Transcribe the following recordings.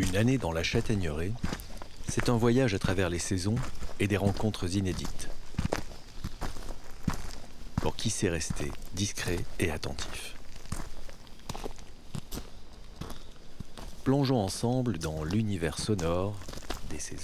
Une année dans la châtaigneraie, c'est un voyage à travers les saisons et des rencontres inédites. Pour qui sait rester discret et attentif. Plongeons ensemble dans l'univers sonore des saisons.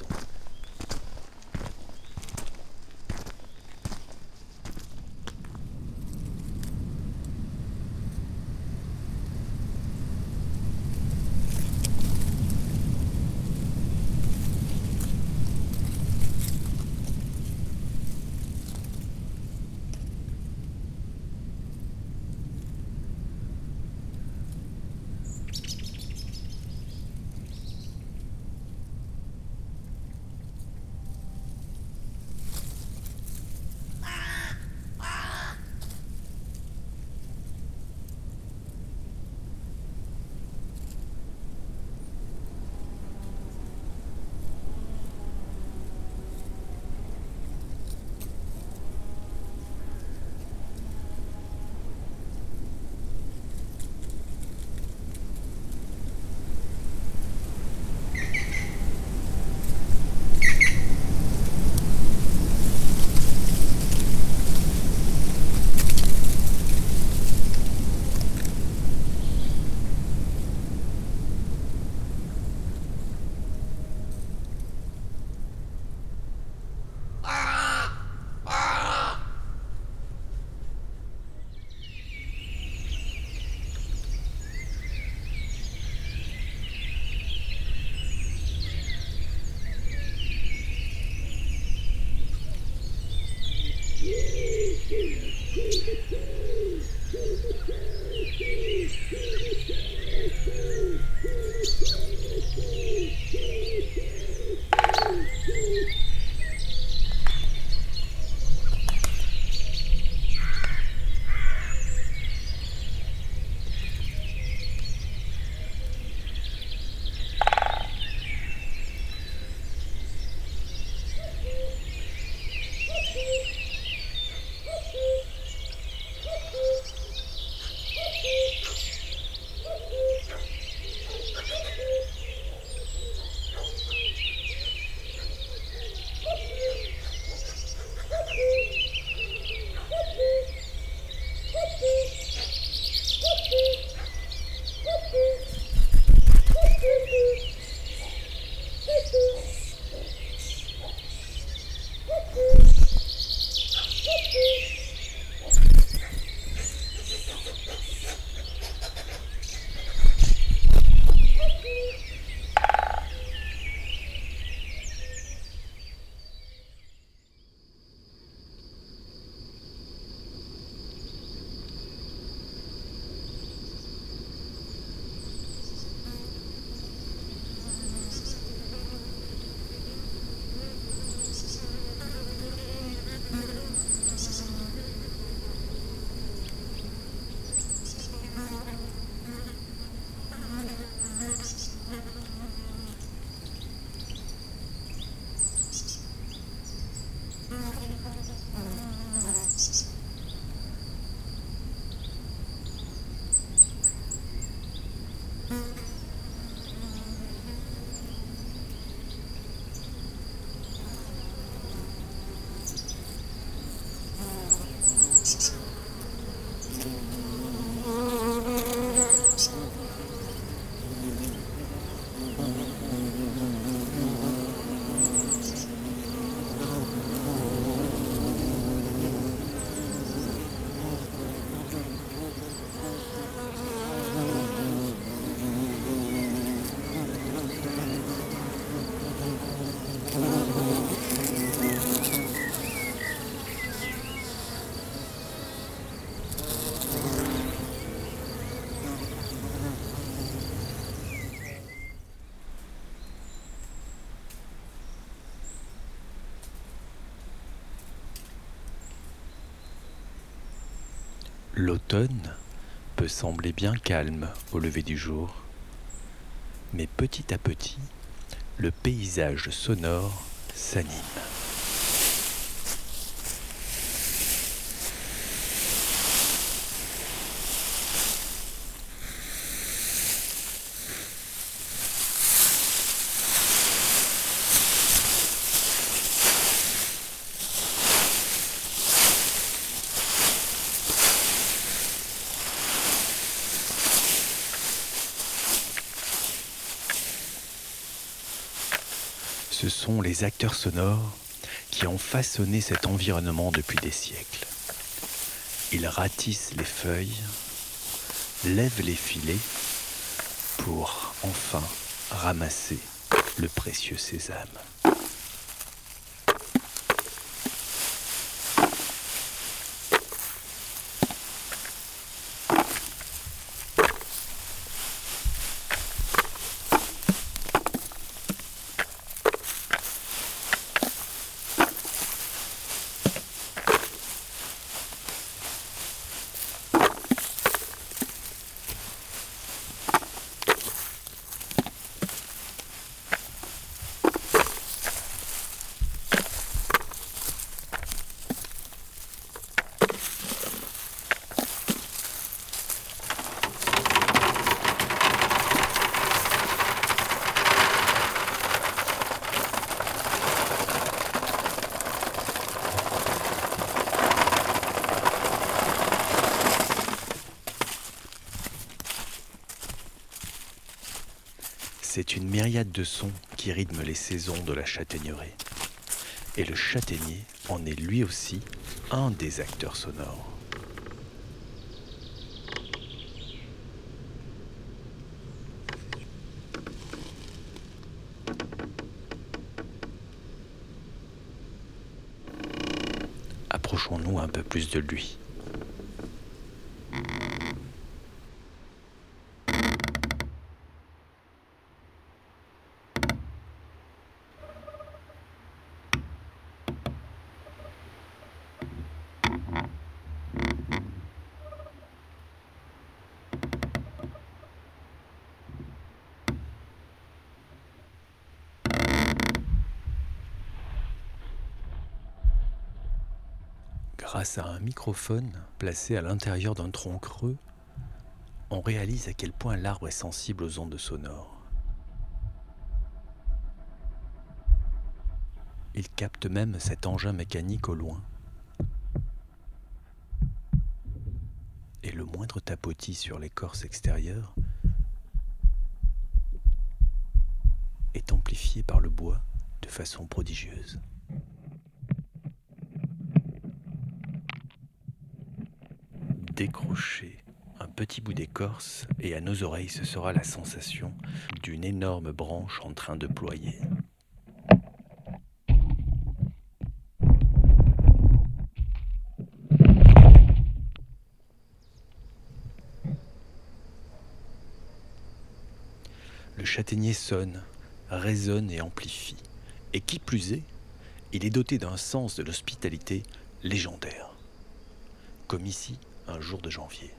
L'automne peut sembler bien calme au lever du jour, mais petit à petit, le paysage sonore s'anime. Ce sont les acteurs sonores qui ont façonné cet environnement depuis des siècles. Ils ratissent les feuilles, lèvent les filets pour enfin ramasser le précieux sésame. C'est une myriade de sons qui rythment les saisons de la châtaigneraie. Et le châtaignier en est lui aussi un des acteurs sonores. Approchons-nous un peu plus de lui. Grâce à un microphone placé à l'intérieur d'un tronc creux, on réalise à quel point l'arbre est sensible aux ondes sonores. Il capte même cet engin mécanique au loin. Et le moindre tapotis sur l'écorce extérieure est amplifié par le bois de façon prodigieuse. Décrocher un petit bout d'écorce et à nos oreilles ce sera la sensation d'une énorme branche en train de ployer. Le châtaignier sonne, résonne et amplifie. Et qui plus est, il est doté d'un sens de l'hospitalité légendaire. Comme ici, un jour de janvier.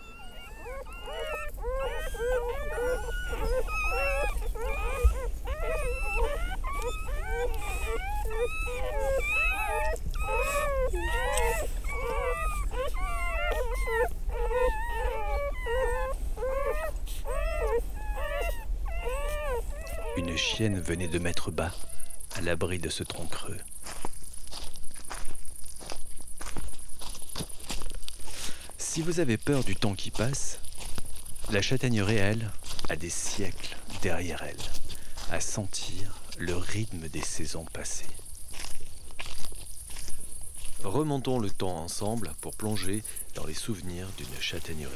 Une chienne venait de mettre bas, à l'abri de ce tronc creux. Si vous avez peur du temps qui passe, la châtaigneraie, elle, a des siècles derrière elle, à sentir le rythme des saisons passées. Remontons le temps ensemble pour plonger dans les souvenirs d'une châtaigneraie.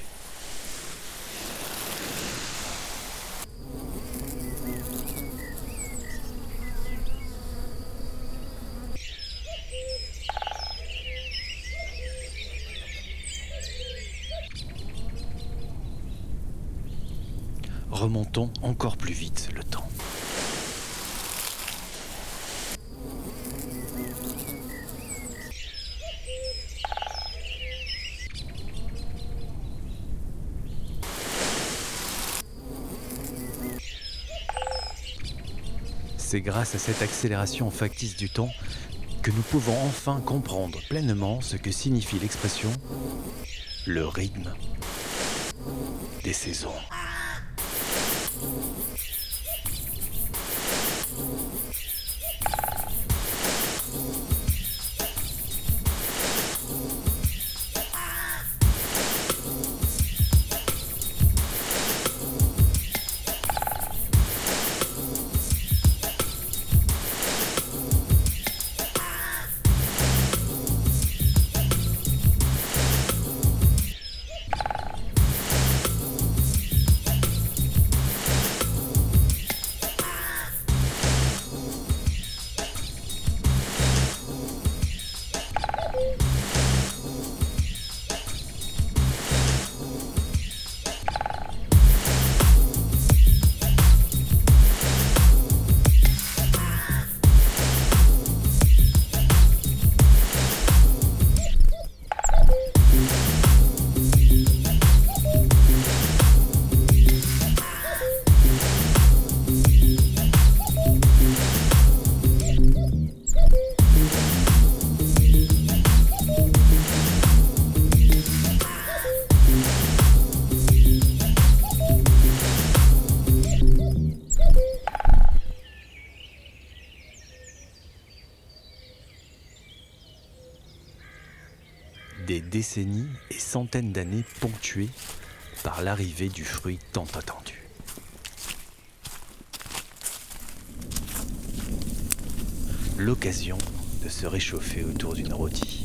Remontons encore plus vite le temps. C'est grâce à cette accélération factice du temps que nous pouvons enfin comprendre pleinement ce que signifie l'expression « le rythme des saisons ». Des décennies et centaines d'années ponctuées par l'arrivée du fruit tant attendu. L'occasion de se réchauffer autour d'une rôtie.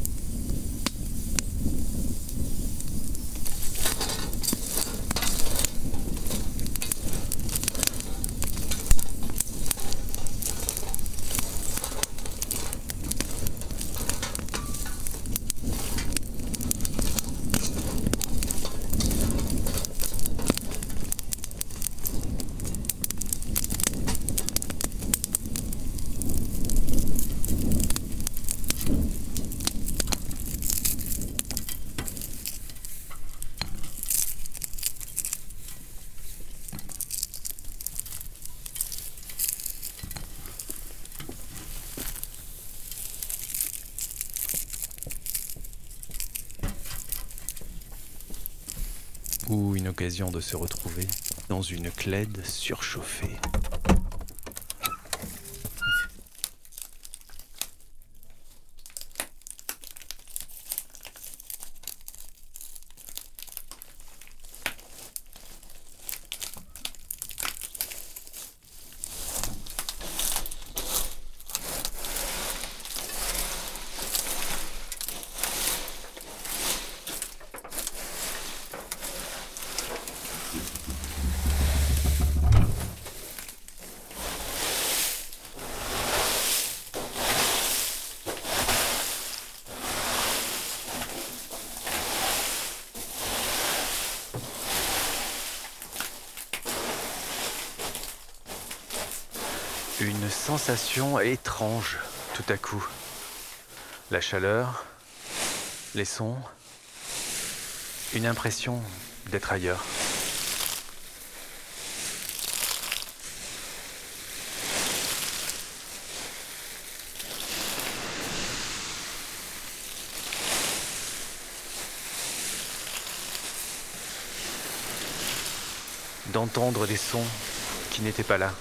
Ou une occasion de se retrouver dans une clède surchauffée. Une sensation étrange tout à coup. La chaleur, les sons, une impression d'être ailleurs. D'entendre des sons qui n'étaient pas là.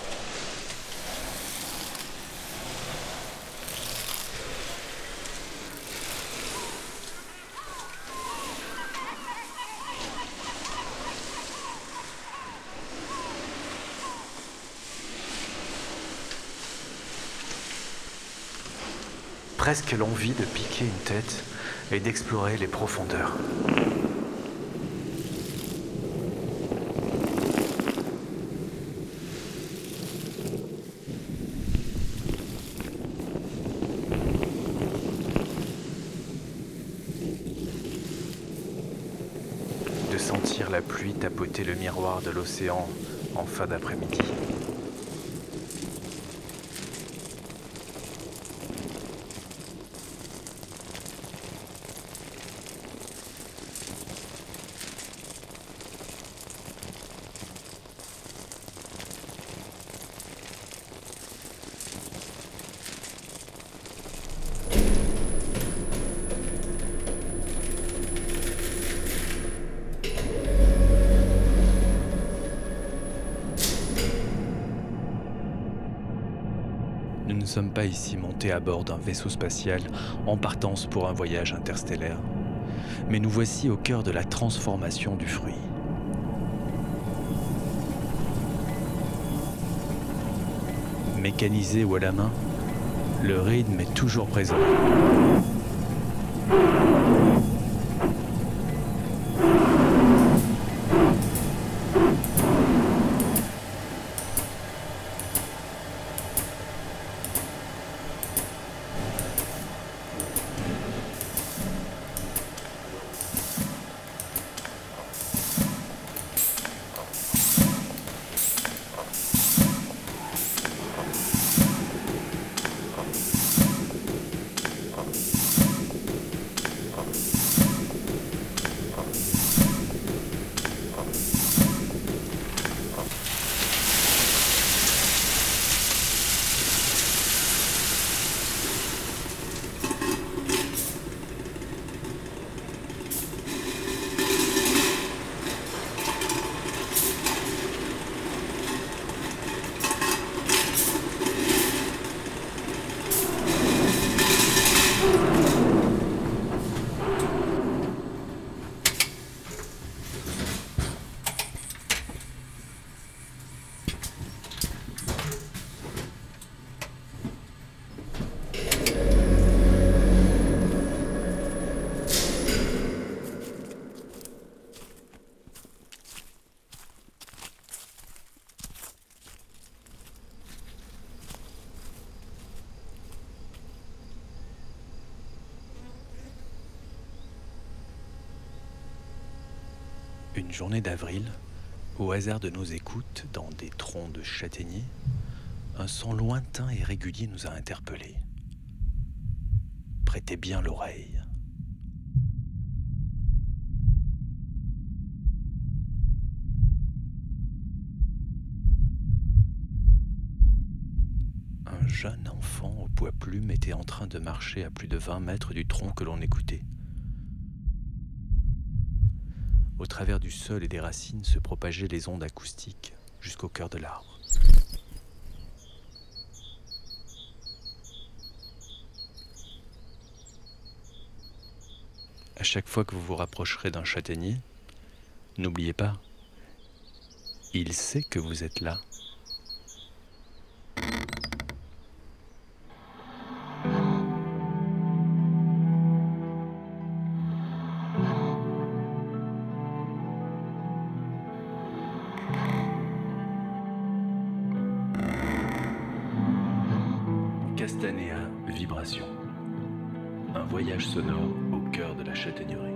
Presque l'envie de piquer une tête et d'explorer les profondeurs. De sentir la pluie tapoter le miroir de l'océan en fin d'après-midi. Nous ne sommes pas ici montés à bord d'un vaisseau spatial en partance pour un voyage interstellaire, mais nous voici au cœur de la transformation du fruit. Mécanisé ou à la main, le rythme est toujours présent. Une journée d'avril, au hasard de nos écoutes dans des troncs de châtaigniers, un son lointain et régulier nous a interpellés. Prêtez bien l'oreille. Un jeune enfant au poids plume était en train de marcher à plus de 20 mètres du tronc que l'on écoutait. Au travers du sol et des racines se propageaient les ondes acoustiques jusqu'au cœur de l'arbre. À chaque fois que vous vous rapprocherez d'un châtaignier, n'oubliez pas, il sait que vous êtes là. Castanea Vibration. Un voyage sonore au cœur de la châtaignerie.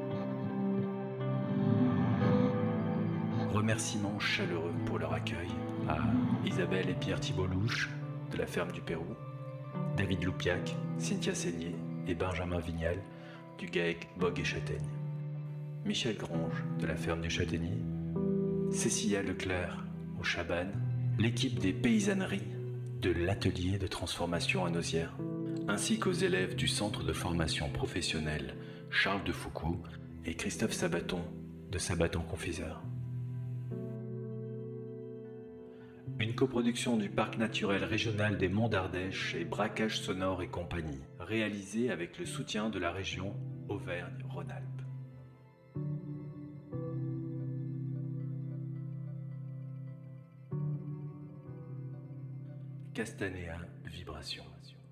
Remerciements chaleureux pour leur accueil à Isabelle et Pierre Thibault-Louche de la ferme du Pérou, David Loupiac, Cynthia Seigné et Benjamin Vignal du GAEC Bogue et Châtaigne, Michel Grange de la ferme du Châtaignier, Cécilia Leclerc au Chabannes, l'équipe des paysanneries de l'atelier de transformation à Nausière, ainsi qu'aux élèves du centre de formation professionnelle Charles de Foucault et Christophe Sabaton de Sabaton Confiseur. Une coproduction du Parc naturel régional des Monts d'Ardèche et Braquage sonore et compagnie, réalisée avec le soutien de la région Auvergne-Rhône-Alpes. Castanea Vibration.